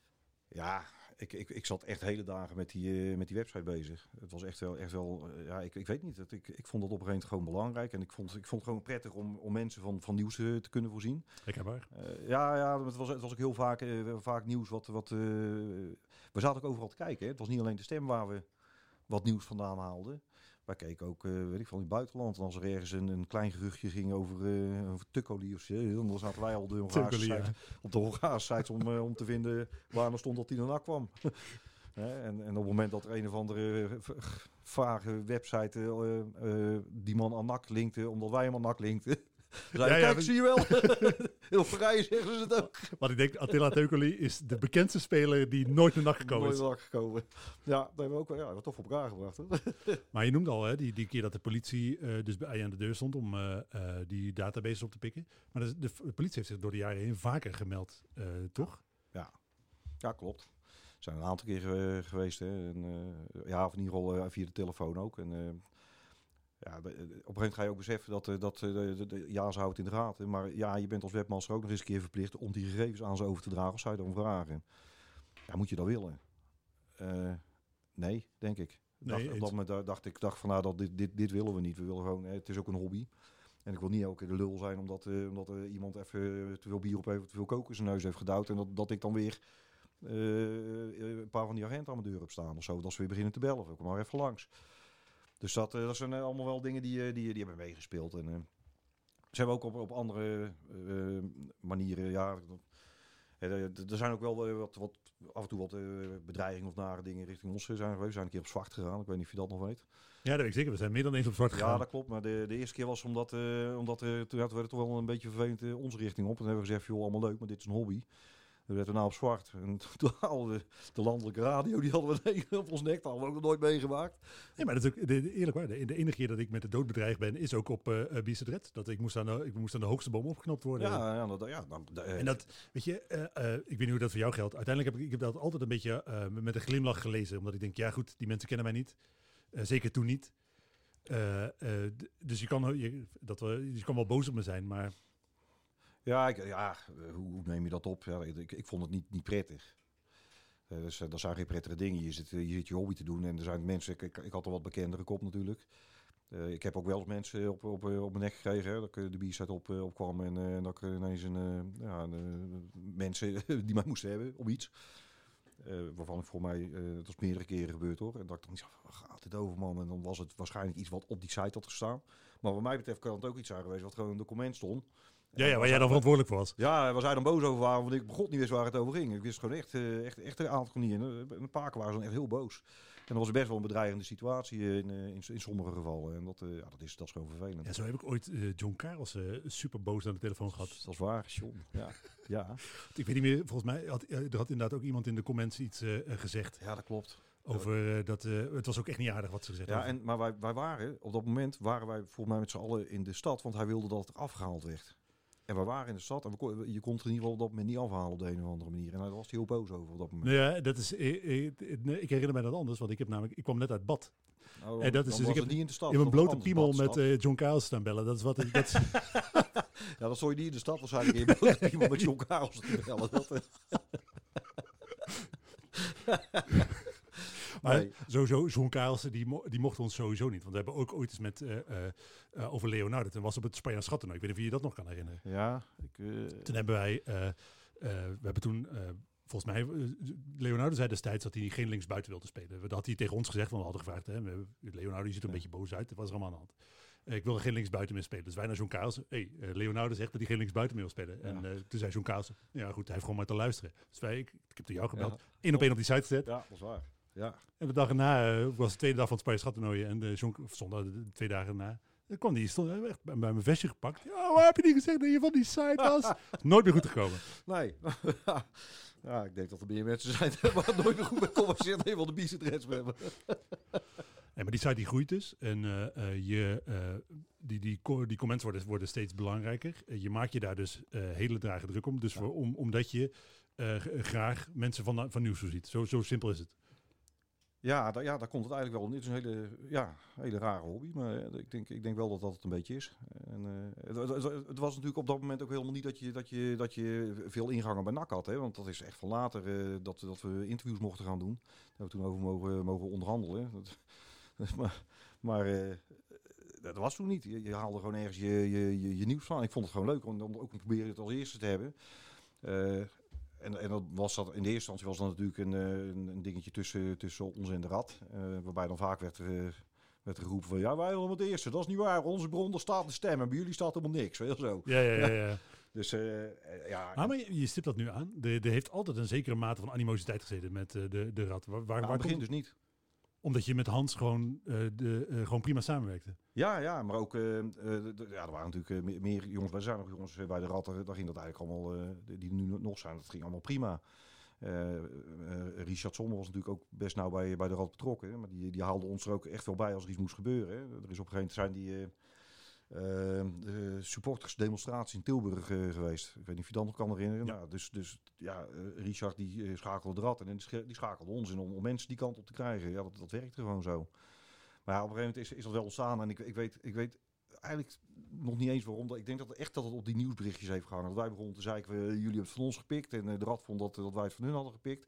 Speaker 2: Ja, ik, ik, ik zat echt hele dagen met die, uh, met die website bezig. Het was echt wel, echt wel uh, ja, ik, ik weet niet. Het, ik, ik vond dat op een gegeven moment gewoon belangrijk. En ik vond, ik vond het gewoon prettig om, om mensen van, van nieuws uh, te kunnen voorzien.
Speaker 1: Lekker maar.
Speaker 2: Uh, ja, ja het, was, het was ook heel vaak, uh, vaak nieuws wat... wat uh, we zaten ook overal te kijken. Hè. Het was niet alleen de stem waar we wat nieuws vandaan haalden. Wij keken ook, uh, weet ik, van in het buitenland. En als er ergens een, een klein geruchtje ging over, uh, over Tukkoli of zo, dan zaten wij al de Hongaarse site, ja. op de Hongaarse sites om, uh, om te vinden waar er stond dat hij daarna kwam. He, en, en op het moment dat er een of andere vage website uh, uh, die man aan N A C linkte, omdat wij hem aan N A C linkten. Ja, ja, kijk, we... zie je wel. Heel vrij zeggen ze het ook.
Speaker 1: Want ik denk, Attila Tukkoli is de bekendste speler die nooit naar N A C gekomen is.
Speaker 2: Nooit naar N A C gekomen. Ja, dat hebben we ook wel ja, toch op elkaar gebracht. Hè?
Speaker 1: Maar je noemde al, hè, die, die keer dat de politie uh, dus bij je aan de deur stond om uh, uh, die databases op te pikken. Maar de, de, de politie heeft zich door de jaren heen vaker gemeld, uh, toch?
Speaker 2: Ja, ja klopt. Er zijn een aantal keer uh, geweest. Hè. En, uh, ja, of in ieder geval uh, via de telefoon ook. En, uh, ja, op een gegeven moment ga je ook beseffen dat, uh, dat uh, de, de, ja, ze houdt in de gaten. Maar ja, je bent als webmaster ook nog eens een keer verplicht om die gegevens aan ze over te dragen. Of zou je dan vragen? Ja, moet je dat willen? Uh, nee, denk ik.
Speaker 1: Nee,
Speaker 2: dacht, op dat moment dacht ik dacht van nou, dat dit, dit, dit willen we niet. We willen gewoon, het is ook een hobby. En ik wil niet elke keer de lul zijn omdat, uh, omdat uh, iemand even te veel bier op heeft, te veel kook in zijn neus heeft gedouwd. En dat, dat ik dan weer uh, een paar van die agenten aan mijn deur heb staan of zo. Dat ze weer beginnen te bellen. Of ik kom maar even langs. Dus dat, uh, dat zijn uh, allemaal wel dingen die, uh, die, die hebben meegespeeld. En uh, ze hebben ook op, op andere uh, manieren, ja... Er zijn ook wel uh, wat, wat, af en toe wat uh, bedreigingen of nare dingen richting ons zijn geweest. We zijn een keer op zwart gegaan. Ik weet niet of je dat nog weet.
Speaker 1: Ja, dat weet ik zeker. We zijn meer dan eens op zwart gegaan.
Speaker 2: Ja, dat klopt. Maar de, de eerste keer was omdat, uh, omdat uh, toen werd het toch wel een beetje vervelend uh, onze richting op. En toen hebben we gezegd, joh, allemaal leuk, maar dit is een hobby. We werden nou op zwart. En toen hadden we de landelijke radio, die hadden we op ons nek. Dat hadden we ook nog nooit meegemaakt.
Speaker 1: Nee, maar dat is ook, de, de, eerlijk waar, de, de enige keer dat ik met de dood bedreigd ben, is ook op uh, Bice Red. Dat ik moest, aan de, ik moest aan de hoogste boom opgeknopt worden.
Speaker 2: Ja, ja, dat, ja nou, uh,
Speaker 1: en dat, weet je, uh, uh, ik weet niet hoe dat voor jou geldt. Uiteindelijk heb ik, ik heb dat altijd een beetje uh, met een glimlach gelezen. Omdat ik denk, ja goed, die mensen kennen mij niet. Uh, zeker toen niet. Uh, uh, d- dus je kan, je, dat we, je kan wel boos op me zijn, maar...
Speaker 2: Ja, ik, ja hoe, hoe neem je dat op? Ja, ik, ik vond het niet, niet prettig. Uh, dus, uh, dat zijn geen prettige dingen. Je zit, uh, je zit je hobby te doen en er zijn mensen... Ik, ik, ik had er wat bekendere kop natuurlijk. Uh, ik heb ook wel eens mensen op, op, op mijn nek gekregen. Hè, dat ik de bierset op, uh, opkwam en uh, dat ik ineens een, uh, ja, een, uh, mensen die mij moesten hebben om iets. Uh, waarvan ik voor mij, uh, dat was meerdere keren gebeurd hoor. En dat ik dan niet waar gaat dit over man? En dan was het waarschijnlijk iets wat op die site had gestaan. Maar wat mij betreft kan het ook iets zijn geweest wat gewoon in de comment stond.
Speaker 1: Ja, ja, waar jij dan verantwoordelijk voor was.
Speaker 2: Ja, waar zij dan boos over waren, want ik begon niet wist waar het over ging. Ik wist gewoon echt, uh, echt, echt een aantal niet. En een paar keer waren ze dan echt heel boos. En dat was best wel een bedreigende situatie in, in, in sommige gevallen. En dat, uh, ja, dat, is, dat is gewoon vervelend.
Speaker 1: Ja, zo heb ik ooit uh, John Karels uh, super boos aan de telefoon gehad.
Speaker 2: Dat, dat is waar, John. Ja. ja.
Speaker 1: Ik weet niet meer, volgens mij had er had inderdaad ook iemand in de comments iets uh, gezegd.
Speaker 2: Ja, dat klopt.
Speaker 1: Over uh, dat, uh, het was ook echt niet aardig wat ze gezegd
Speaker 2: ja,
Speaker 1: hadden.
Speaker 2: En, maar wij, wij waren, op dat moment waren wij volgens mij met z'n allen in de stad, want hij wilde dat het afgehaald werd. En we waren in de stad en we kon, je kon het in ieder geval op dat moment niet afhalen op de een of andere manier. En daar was hij heel boos over op dat moment.
Speaker 1: Nou ja, dat is, ik, ik, ik herinner mij dat anders, want ik heb namelijk, ik kwam net uit bad.
Speaker 2: Nou, dan,
Speaker 1: en dat is dus, ik heb
Speaker 2: niet in de stad.
Speaker 1: In mijn blote piemel met uh, John Karels staan bellen. Dat is wat ik... Dat is
Speaker 2: ja, dat zou je niet in de stad waarschijnlijk in je blote piemel met John Karels te bellen. Dat, uh.
Speaker 1: Maar nee. sowieso, John Karels, die, mo- die mocht ons sowieso niet. Want we hebben ook ooit eens met, uh, uh, uh, over Leonardo. Toen was op het Spanjaans Schattentoernooi. Ik weet niet of je je dat nog kan herinneren.
Speaker 2: Ja. Ik, uh...
Speaker 1: Toen hebben wij, uh, uh, we hebben toen, uh, volgens mij, uh, Leonardo zei destijds dat hij geen linksbuiten wilde spelen. Dat had hij tegen ons gezegd, want we hadden gevraagd. Hè, we, Leonardo, je ziet er een ja. beetje boos uit. Dat was er allemaal aan de hand. Uh, ik wil geen linksbuiten meer spelen. Dus wij naar John Karels. Hey, uh, Leonardo zegt dat hij geen linksbuiten meer wil spelen. Ja. En uh, toen zei John Karels, ja goed, hij heeft gewoon maar te luisteren. Dus wij, ik, ik heb door jou gebeld. Ja. Eén op één op die site gezet.
Speaker 2: Ja, dat is waar. Ja.
Speaker 1: En de dag erna uh, was de tweede dag van het Spanjaans Schattentoernooi. En de John, of zondag, de twee dagen erna. Dan kwam die, stond echt bij mijn vestje gepakt. Ja, waar heb je niet gezegd dat je van die site was? Nooit meer goed gekomen.
Speaker 2: Nee. ja, ik denk dat er meer mensen zijn waar nooit meer goed mee converseerd een van de biesadres hebben.
Speaker 1: Nee, maar die site die groeit dus. En uh, uh, je, uh, die, die, co- die comments worden, worden steeds belangrijker. Uh, je maakt je daar dus uh, hele dagen druk om. Dus ja. voor, om, omdat je uh, g- graag mensen van, van nieuws ziet. Zo, zo simpel is het.
Speaker 2: Ja, da, ja, daar komt het eigenlijk wel. Het is een hele, ja, hele rare hobby, maar uh, ik, denk, ik denk wel dat dat het een beetje is. En, uh, het, het, het was natuurlijk op dat moment ook helemaal niet dat je, dat je, dat je veel ingangen bij N A C had. Hè? Want dat is echt van later uh, dat, dat we interviews mochten gaan doen. Daar hebben we toen over mogen, mogen onderhandelen. Dat, maar maar uh, dat was toen niet. Je, je haalde gewoon ergens je, je, je, je nieuws van. Ik vond het gewoon leuk om, om ook te proberen het als eerste te hebben. Uh, En, en dat was dat, in de eerste instantie was dat natuurlijk een, een, een dingetje tussen, tussen ons en de Rad. Uh, waarbij dan vaak werd, uh, werd geroepen van... Ja, wij willen het eerste. Dat is niet waar. Onze bron, daar staat de stem. En bij jullie staat helemaal niks. Weet je zo.
Speaker 1: Ja, ja, ja. ja.
Speaker 2: dus, uh, ja.
Speaker 1: Ah, maar je, je stipt dat nu aan. Er heeft altijd een zekere mate van animositeit gezeten met uh, de, de Rad. Waar, waar,
Speaker 2: ja,
Speaker 1: waar
Speaker 2: begin dus niet.
Speaker 1: Omdat je met Hans gewoon, uh, de, uh, gewoon prima samenwerkte.
Speaker 2: Ja, ja, maar ook... Uh, uh, de, ja, er waren natuurlijk uh, meer, meer jongens. Wij zijn nog jongens bij de Rad. Daar ging dat eigenlijk allemaal... Uh, die nu nog zijn, dat ging allemaal prima. Uh, uh, Richard Sommer was natuurlijk ook best nauw bij, bij de Rad betrokken. Hè? Maar die, die haalde ons er ook echt wel bij als er iets moest gebeuren. Hè? Er is op een gegeven moment zijn die... Uh, Uh, de supportersdemonstratie in Tilburg uh, geweest. Ik weet niet of je dat nog kan herinneren. Ja. Nou, dus, dus ja, uh, Richard die uh, schakelde de Rad en die, sch- die schakelde ons in om, om mensen die kant op te krijgen. Ja, dat, dat werkte gewoon zo. Maar ja, op een gegeven moment is, is dat wel ontstaan en ik, ik, weet, ik weet eigenlijk nog niet eens waarom. Dat, ik denk dat het echt dat het op die nieuwsberichtjes heeft gehangen. Dat wij begonnen te zeiken, we, jullie hebben het van ons gepikt en uh, de Rad vond dat, dat wij het van hun hadden gepikt.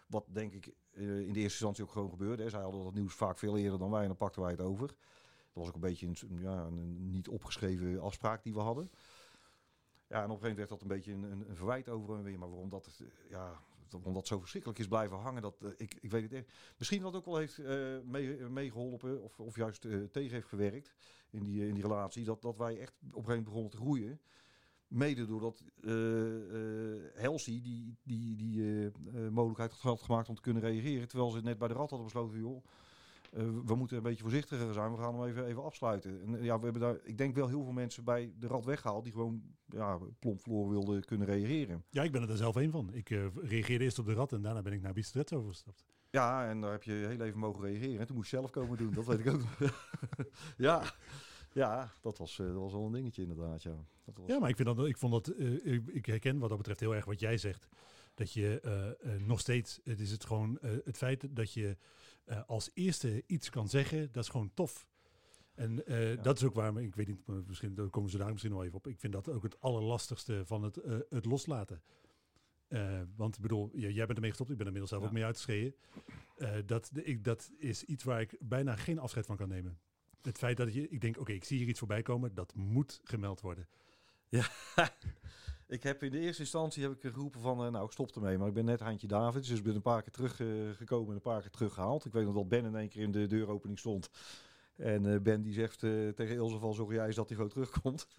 Speaker 2: Wat denk ik uh, in de eerste instantie ook gewoon gebeurde. Hè. Zij hadden dat nieuws vaak veel eerder dan wij en dan pakten wij het over. Dat was ook een beetje een, ja, een niet opgeschreven afspraak die we hadden. Ja, en op een gegeven moment werd dat een beetje een, een, een verwijt over en weer. Maar waarom dat, ja, waarom dat zo verschrikkelijk is blijven hangen, dat, uh, ik, ik weet het echt. Misschien dat ook wel heeft uh, meegeholpen mee of, of juist uh, tegen heeft gewerkt in die, uh, in die relatie. Dat, dat wij echt op een gegeven moment begonnen te groeien. Mede doordat uh, uh, Helsie die, die, die uh, uh, mogelijkheid had gemaakt om te kunnen reageren. Terwijl ze net bij de Rad hadden besloten, joh, uh, we moeten een beetje voorzichtiger zijn. We gaan hem even, even afsluiten. En, uh, ja, we hebben daar, ik denk wel heel veel mensen bij de Rad weggehaald die gewoon ja, plomp verloren wilden kunnen reageren.
Speaker 1: Ja, ik ben er zelf één van. Ik uh, reageerde eerst op de Rad en daarna ben ik naar Bicêtre overgestapt.
Speaker 2: Ja, en daar heb je heel even mogen reageren. En toen moest je zelf komen doen. Dat weet ik ook. Ja. Ja, dat was, uh, dat was wel een dingetje inderdaad, ja. Dat was...
Speaker 1: Ja, maar ik, vind dat, ik vond dat, uh, ik, ik herken wat dat betreft heel erg wat jij zegt. Dat je uh, uh, nog steeds, het is het gewoon uh, het feit dat je uh, als eerste iets kan zeggen, dat is gewoon tof. En uh, ja. dat is ook waar, ik weet niet, misschien daar komen ze daar misschien nog even op. Ik vind dat ook het allerlastigste van het, uh, het loslaten. Uh, want ik bedoel, jij bent ermee gestopt, ik ben er inmiddels zelf ja. ook mee uitgeschreven. Uh, dat, ik, dat is iets waar ik bijna geen afscheid van kan nemen. Het feit dat je, ik denk, oké, okay, ik zie hier iets voorbij komen, dat moet gemeld worden.
Speaker 2: Ja, ik heb in de eerste instantie heb ik geroepen van, uh, nou, ik stop ermee. Maar ik ben net Handje Davids, dus ik ben een paar keer teruggekomen uh, en een paar keer teruggehaald. Ik weet nog dat Ben in één keer in de deuropening stond. En uh, Ben die zegt uh, tegen Ilse van, zorg jij eens dat hij gewoon terugkomt.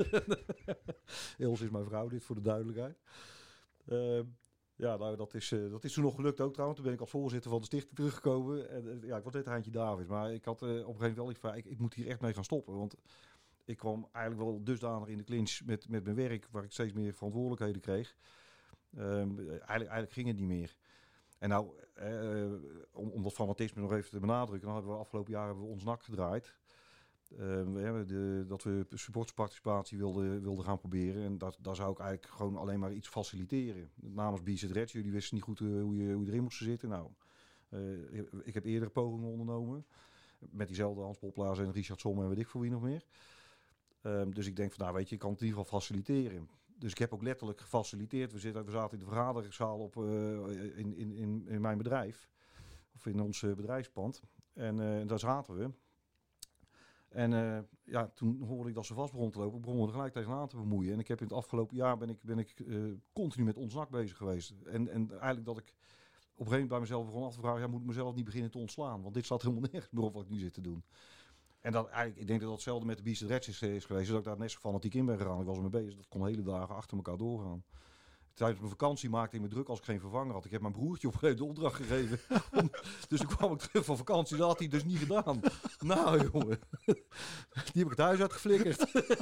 Speaker 2: Ilse is mijn vrouw, dit voor de duidelijkheid. Uh, Ja, nou, dat is, uh, dat is toen nog gelukt ook trouwens. Toen ben ik als voorzitter van de stichting teruggekomen. En, uh, ja, ik was net Handje Davids. Maar ik had uh, op een gegeven moment wel iets van, ik, ik moet hier echt mee gaan stoppen. Want ik kwam eigenlijk wel dusdanig in de clinch met, met mijn werk, waar ik steeds meer verantwoordelijkheden kreeg. Um, eigenlijk, eigenlijk ging het niet meer. En nou, uh, om, om dat fanatisme nog even te benadrukken, dan hebben we afgelopen jaar hebben we ons nak gedraaid. Uh, we hebben de, dat we supportersparticipatie wilden, wilden gaan proberen. En dat, daar zou ik eigenlijk gewoon alleen maar iets faciliteren. Namens Bicêtre, jullie wisten niet goed uh, hoe, je, hoe je erin moest zitten. Nou, uh, ik heb eerdere pogingen ondernomen. Met diezelfde Hans Poplaars en Richard Somme en weet ik voor wie nog meer. Uh, dus ik denk van, nou weet je, ik kan het in ieder geval faciliteren. Dus ik heb ook letterlijk gefaciliteerd. We, zitten, we zaten in de vergaderingszaal op, uh, in, in, in, in mijn bedrijf. Of in ons uh, bedrijfspand. En uh, daar zaten we. En uh, ja, toen hoorde ik dat ze vast begon te lopen. Ik begon er gelijk tegenaan te bemoeien. En ik heb in het afgelopen jaar ben ik, ben ik uh, continu met ons nak bezig geweest. En, en eigenlijk dat ik op een gegeven moment bij mezelf begon af te vragen, ja, moet ik mezelf niet beginnen te ontslaan? Want dit staat helemaal nergens meer op wat ik nu zit te doen. En dat, eigenlijk, ik denk dat dat hetzelfde met de Bicêtre is, is geweest. Dat ik daar net zo fanatiek in ben gegaan. Ik was er mee bezig. Dat kon hele dagen achter elkaar doorgaan. Tijdens mijn vakantie maakte ik me druk als ik geen vervanger had. Ik heb mijn broertje op een gegeven moment de opdracht gegeven. Om, dus toen kwam ik terug van vakantie. Dat had hij dus niet gedaan. Nou, jongen. Die heb ik het huis uitgeflikkerd.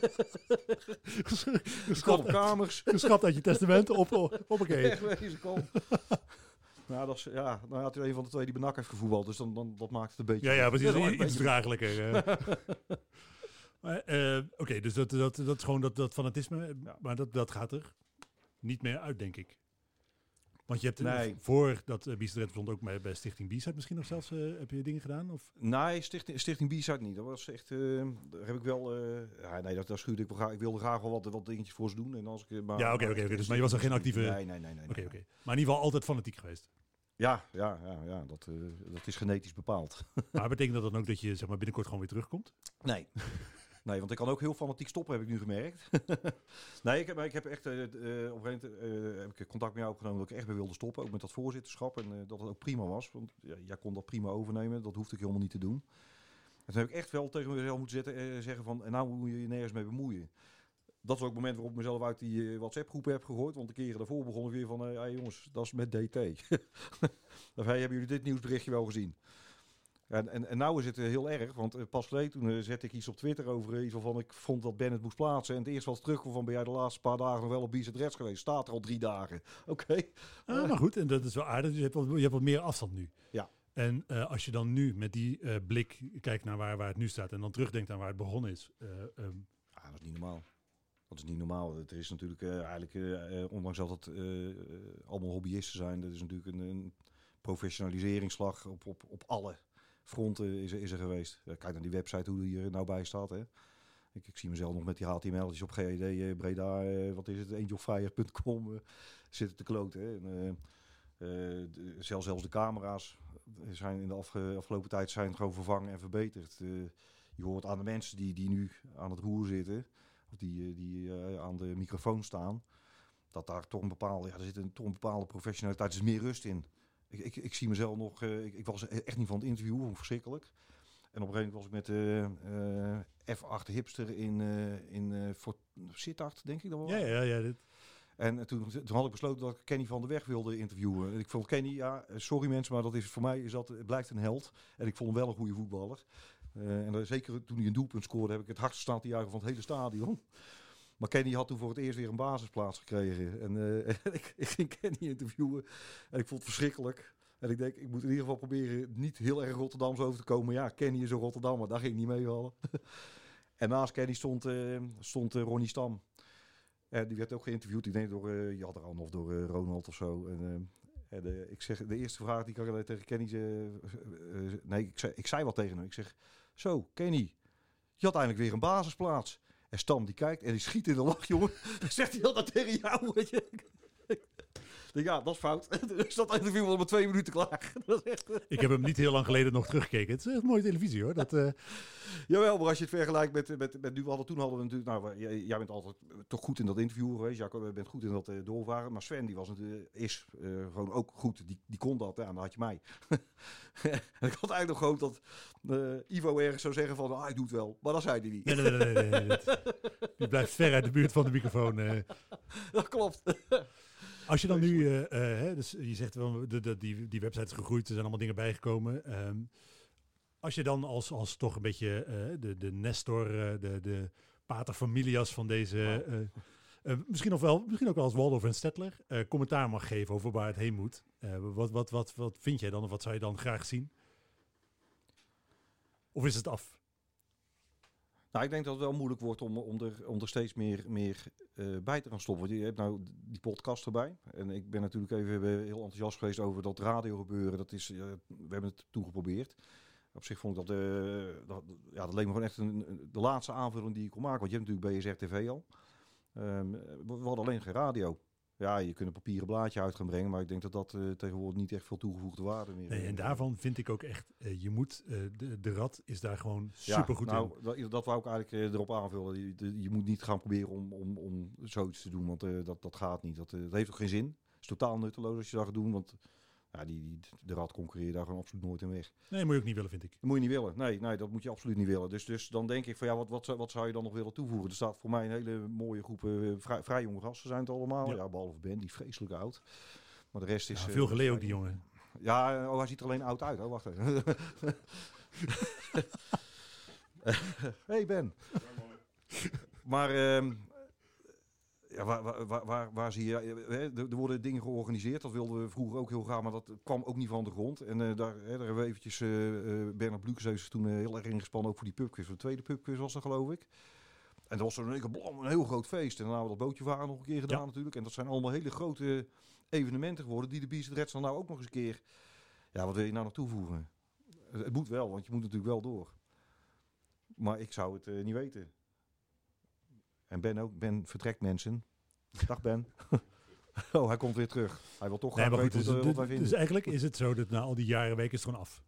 Speaker 2: Geschrapt op kamers.
Speaker 1: Geschrapt uit je testament. Op, op, op een keer.
Speaker 2: Wegwezen, kom. Nou, dat is, ja, nou had hij een van de twee die bij N A C heeft gevoetbald. Dus dan, dan, dat maakt het een beetje...
Speaker 1: Ja, ja, precies. Ja, iets beetje... draaglijker. Uh. uh, Oké, okay, dus dat, dat, dat is gewoon dat, dat fanatisme. Ja. Maar dat, dat gaat er niet meer uit, denk ik. Want je hebt nee. voor dat uh, Bicêtre stond ook bij, bij Stichting B-Side misschien nog zelfs, uh, heb je dingen gedaan? Of?
Speaker 2: Nee, Stichting, Stichting B-Side niet. Dat was echt, uh, daar heb ik wel, uh, ja, nee, dat, dat schuurde ik wel graag. Ik wilde graag wel wat, wat dingetjes voor ze doen. En als ik, maar,
Speaker 1: ja, oké, oké, oké. Dus maar je was er geen actieve...
Speaker 2: Nee, nee, nee. nee, nee,
Speaker 1: okay,
Speaker 2: nee.
Speaker 1: Okay. Maar in ieder geval altijd fanatiek geweest.
Speaker 2: Ja, ja, ja, ja dat, uh, dat is genetisch bepaald. Maar
Speaker 1: betekent dat dan ook dat je zeg maar, binnenkort gewoon weer terugkomt?
Speaker 2: Nee. Nee, want ik kan ook heel fanatiek stoppen, heb ik nu gemerkt. nee, ik heb, ik heb echt uh, uh, op een gegeven moment uh, heb ik contact met jou opgenomen dat ik echt weer wilde stoppen. Ook met dat voorzitterschap. En uh, dat het ook prima was. Want ja, jij kon dat prima overnemen. Dat hoefde ik helemaal niet te doen. En toen heb ik echt wel tegen mezelf moeten zetten, uh, zeggen van, en nou moet je je nergens mee bemoeien. Dat is ook het moment waarop ik mezelf uit die uh, WhatsApp-groepen heb gegooid. Want de keren daarvoor begon ik weer van, uh, hey jongens, dat is met D T. Of hey, hebben jullie dit nieuwsberichtje wel gezien? En, en, en nou is het heel erg, want uh, pas geleden toen uh, zette ik iets op Twitter over uh, iets waarvan ik vond dat Ben het moest plaatsen. En het eerste wat terugkwam van, ben jij de laatste paar dagen nog wel op Bicêtre geweest? Staat er al drie dagen. Oké. Okay.
Speaker 1: Uh, uh, maar goed, en dat is wel aardig. Dus je hebt wat, je hebt wat meer afstand nu.
Speaker 2: Ja.
Speaker 1: En uh, als je dan nu met die uh, blik kijkt naar waar, waar het nu staat en dan terugdenkt aan waar het begonnen is. Uh, um...
Speaker 2: ja, dat is niet normaal. Dat is niet normaal. Het is natuurlijk uh, eigenlijk, uh, ondanks dat het uh, uh, allemaal hobbyisten zijn, dat is natuurlijk een, een professionaliseringsslag op, op, op alle fronten is er, is er geweest. Uh, kijk naar die website hoe die er nou bij staat. Hè. Ik, ik zie mezelf nog met die H T M L'tjes op G E D uh, Breda, uh, wat is het, angelfire punt com uh, zitten te kloten. Hè. En, uh, Uh, de, zelfs, zelfs de camera's zijn in de afge, afgelopen tijd zijn gewoon vervangen en verbeterd. Uh, je hoort aan de mensen die, die nu aan het roer zitten, of die, die uh, aan de microfoon staan, dat daar toch een bepaalde, ja, er zit een, toch een bepaalde professionaliteit, er is meer rust in. Ik, ik, ik zie mezelf nog, uh, ik, ik was echt niet van het interview, verschrikkelijk. En op een gegeven moment was ik met de uh, uh, F acht hipster in, uh, in uh, Fort Sittard, denk ik dat wel.
Speaker 1: Ja, ja, ja. Dit.
Speaker 2: En toen, toen had ik besloten dat ik Kenny van der Weg wilde interviewen. En ik vond Kenny, ja, sorry mensen, maar dat is voor mij is dat, het blijft een held. En ik vond hem wel een goede voetballer. Uh, en uh, zeker toen hij een doelpunt scoorde, heb ik het hardst staan te juichen van het hele stadion. Maar Kenny had toen voor het eerst weer een basisplaats gekregen. En uh, ik, ik ging Kenny interviewen. En ik vond het verschrikkelijk. En ik denk, ik moet in ieder geval proberen niet heel erg Rotterdams over te komen. Ja, Kenny is een Rotterdammer, daar ging ik niet mee vallen. En naast Kenny stond, uh, stond uh, Ronnie Stam. En die werd ook geïnterviewd, ik denk door uh, Jadran of door uh, Ronald of zo. En, uh, en uh, ik zeg, de eerste vraag die ik uh, tegen Kenny zei, uh, uh, nee, ik zei, ik zei wat tegen hem. Ik zeg, zo Kenny, je had eindelijk weer een basisplaats. En Stam die kijkt en die schiet in de lach, jongen. Dan zegt hij dat tegen jou, weet je. Ja, dat is fout. Dus dat interview was maar twee minuten klaar. Dat is echt, uh...
Speaker 1: Ik heb hem niet heel lang geleden nog teruggekeken. Het is echt mooie televisie hoor. Dat, uh...
Speaker 2: Jawel, maar als je het vergelijkt met, met, met nu, we hadden, toen hadden we natuurlijk, nou, jij, jij bent altijd toch goed in dat interview geweest. Jacob, je bent goed in dat uh, doorvaren. Maar Sven, die was natuurlijk, is uh, gewoon ook goed. Die, die kon dat, ja, en dan had je mij. En ik had eigenlijk nog gehoopt dat uh, Ivo ergens zou zeggen van, ah, hij doet wel. Maar dat zei hij niet.
Speaker 1: Nee, nee, nee. nee, nee, nee. Die blijft ver uit de buurt van de microfoon. Uh.
Speaker 2: Dat klopt.
Speaker 1: Als je dan nu, uh, uh, hè, dus je zegt wel, de, de, die, die website is gegroeid, er zijn allemaal dingen bijgekomen. Um, als je dan als, als toch een beetje uh, de, de Nestor, uh, de, de pater familias van deze, uh, uh, misschien, of wel, misschien ook wel als Waldorf en Stettler, uh, commentaar mag geven over waar het heen moet. Uh, wat, wat, wat, wat vind jij dan of wat zou je dan graag zien? Of is het af?
Speaker 2: Nou, ik denk dat het wel moeilijk wordt om, om, er, om er steeds meer, meer uh, bij te gaan stoppen. Want je hebt nou die podcast erbij. En ik ben natuurlijk even heel enthousiast geweest over dat radio gebeuren. Dat is, uh, we hebben het toen geprobeerd. Op zich vond ik dat, uh, dat, ja, dat leek me gewoon echt een, een, de laatste aanvulling die ik kon maken. Want je hebt natuurlijk B S R T V al. Um, we hadden alleen geen radio. Ja, je kunt een papieren blaadje uit gaan brengen, maar ik denk dat dat uh, tegenwoordig niet echt veel toegevoegde waarde meer heeft.
Speaker 1: Nee, en daarvan vind ik ook echt, uh, je moet, uh, de, de Rad is daar gewoon supergoed
Speaker 2: ja, nou,
Speaker 1: in.
Speaker 2: Dat, dat wou ik eigenlijk uh, erop aanvullen. Je, de, je moet niet gaan proberen om, om, om zoiets te doen, want uh, dat, dat gaat niet. Dat, uh, dat heeft ook geen zin. Het is totaal nutteloos als je dat gaat doen, want ja, die, die, de Rad concurreert daar gewoon absoluut nooit in weg.
Speaker 1: Nee, moet je ook niet willen, vind ik.
Speaker 2: Dat moet je niet willen. Nee, nee, dat moet je absoluut niet willen. Dus, dus dan denk ik van ja, wat, wat, wat zou je dan nog willen toevoegen? Er staat voor mij een hele mooie groep uh, vrij, vrij jonge gasten zijn het allemaal. Ja, ja behalve Ben, die is vreselijk oud. Maar de rest is...
Speaker 1: Ja, veel
Speaker 2: uh,
Speaker 1: geleden ook, die jongen.
Speaker 2: Ja, oh, hij ziet er alleen oud uit. Oh, wacht even. Hey Ben. Maar... Uh, Ja, waar, waar, waar, waar zie je... Hè, er worden dingen georganiseerd. Dat wilden we vroeger ook heel graag, maar dat kwam ook niet van de grond. En uh, daar, hè, daar hebben we eventjes... Uh, Bernard Blukes heeft toen uh, heel erg ingespannen, ook voor die pubquiz. De tweede pubquiz was dat, geloof ik. En dat was zo'n een, een heel groot feest. En dan hebben we dat bootje varen nog een keer gedaan, ja, natuurlijk. En dat zijn allemaal hele grote evenementen geworden, die de B Z Reds dan nou ook nog eens een keer... Ja, wat wil je nou nog toevoegen? Het, het moet wel, want je moet natuurlijk wel door. Maar ik zou het uh, niet weten. En Ben ook. Ben vertrekt, mensen. Dag Ben. Oh, hij komt weer terug. Hij wil toch graag
Speaker 1: nee,
Speaker 2: weten
Speaker 1: goed,
Speaker 2: wat,
Speaker 1: dus,
Speaker 2: uh, wat wij vinden.
Speaker 1: Dus eigenlijk is het zo dat na al die jaren weken is het gewoon af.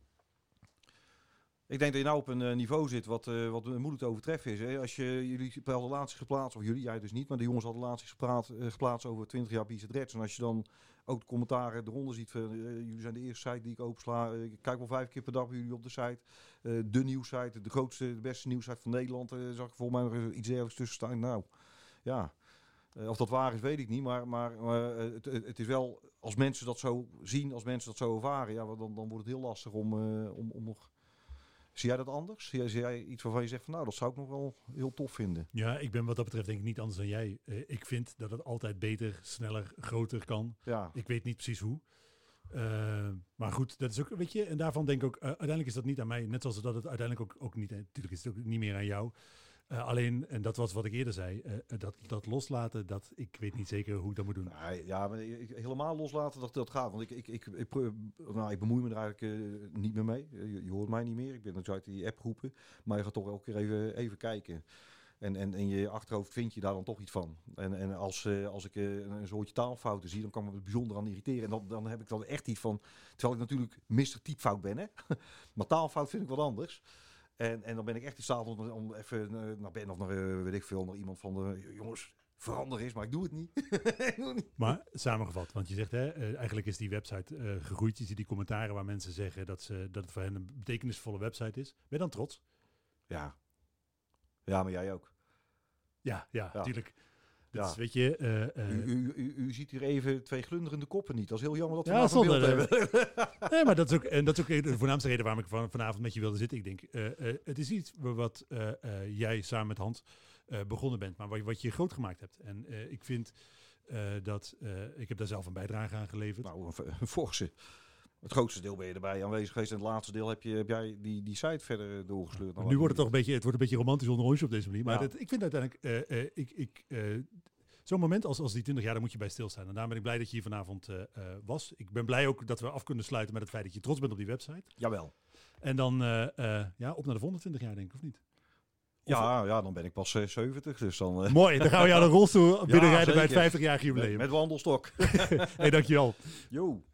Speaker 2: Ik denk dat je nou op een uh, niveau zit wat, uh, wat moeilijk te overtreffen is. Hè? Als je jullie hadden laatst geplaatst, of jullie, jij dus niet, maar de jongens hadden laatst geplaatst, uh, geplaatst over twintig jaar B Z Reds. En als je dan ook de commentaren eronder ziet, van, uh, jullie zijn de eerste site die ik opensla. Uh, ik kijk wel vijf keer per dag bij jullie op de site. Uh, de nieuwssite, de grootste, de beste nieuwssite van Nederland. Uh, zag ik volgens mij nog iets dergelijks tussen staan. Nou, ja. Uh, of dat waar is, weet ik niet. Maar, maar uh, het, het is wel, als mensen dat zo zien, als mensen dat zo ervaren, ja, dan, dan wordt het heel lastig om, uh, om, om nog... Zie jij dat anders? Zie jij, zie jij iets waarvan je zegt van nou, dat zou ik nog wel heel tof vinden?
Speaker 1: Ja, ik ben wat dat betreft denk ik niet anders dan jij. Uh, ik vind dat het altijd beter, sneller, groter kan.
Speaker 2: Ja.
Speaker 1: Ik weet niet precies hoe. Uh, maar goed, dat is ook, weet je, en daarvan denk ik ook, uh, uiteindelijk is dat niet aan mij. Net zoals dat het uiteindelijk ook, ook niet, natuurlijk is het ook niet meer aan jou. Uh, alleen, en dat was wat ik eerder zei, uh, dat, dat loslaten, dat ik weet niet zeker hoe ik dat moet doen.
Speaker 2: Nee, ja, maar ik, helemaal loslaten, dat, dat gaat. Want ik, ik, ik, ik, nou, ik bemoei me er eigenlijk uh, niet meer mee. Je, je hoort mij niet meer. Ik ben dus uit die appgroepen. Maar je gaat toch elke keer even, even kijken. En, en in je achterhoofd vind je daar dan toch iets van. En, en als, uh, als ik uh, een soortje taalfouten zie, dan kan me het bijzonder aan irriteren. En dan, dan heb ik dan echt iets van... Terwijl ik natuurlijk mister Typfout ben, hè. Maar taalfout vind ik wat anders. En, en dan ben ik echt in staat om, om even uh, naar Ben of naar, uh, weet ik veel, naar iemand van de... Jongens, verander is, maar ik doe het niet. ik doe het niet.
Speaker 1: Maar samengevat, want je zegt, hè, uh, eigenlijk is die website uh, gegroeid. Je ziet die commentaren waar mensen zeggen dat, ze, dat het voor hen een betekenisvolle website is. Ben je dan trots?
Speaker 2: Ja. Ja, maar jij ook.
Speaker 1: Ja, ja,
Speaker 2: ja.
Speaker 1: natuurlijk.
Speaker 2: Ja.
Speaker 1: Is, weet je, uh, uh,
Speaker 2: u, u, u, u ziet hier even twee glunderende koppen niet. Dat is heel jammer dat we
Speaker 1: ja,
Speaker 2: nou een beeld
Speaker 1: zonder,
Speaker 2: hebben.
Speaker 1: nee, maar dat is ook, en dat is ook de voornaamste reden waarom ik van, vanavond met je wilde zitten. Ik denk, uh, uh, het is iets wat uh, uh, jij samen met Hans uh, begonnen bent, maar wat, wat je groot gemaakt hebt. En uh, ik vind uh, dat, uh, ik heb daar zelf een bijdrage aan geleverd.
Speaker 2: Nou, een, een forse. Het grootste deel ben je erbij aanwezig geweest. En het laatste deel heb, je, heb jij die, die site verder doorgesleurd.
Speaker 1: Nu wordt het toch een beetje, het wordt een beetje romantisch onder ons op deze manier. Maar
Speaker 2: ja.
Speaker 1: dat, ik vind uiteindelijk, uh, uh, ik, ik, uh, zo'n moment als, als die twintig jaar, daar moet je bij stilstaan. En daarom ben ik blij dat je hier vanavond uh, uh, was. Ik ben blij ook dat we af kunnen sluiten met het feit dat je trots bent op die website.
Speaker 2: Jawel.
Speaker 1: En dan uh, uh, ja, op naar de volgende twintig jaar, denk ik, of niet? Of
Speaker 2: ja, ja, dan ben ik pas uh, zeventig. Dus dan, uh...
Speaker 1: Mooi, dan gaan we jou de rolstoel binnenrijden
Speaker 2: ja,
Speaker 1: bij het vijftig-jarig jubileum.
Speaker 2: Met, met wandelstok.
Speaker 1: Hey, dankjewel.
Speaker 2: Jo.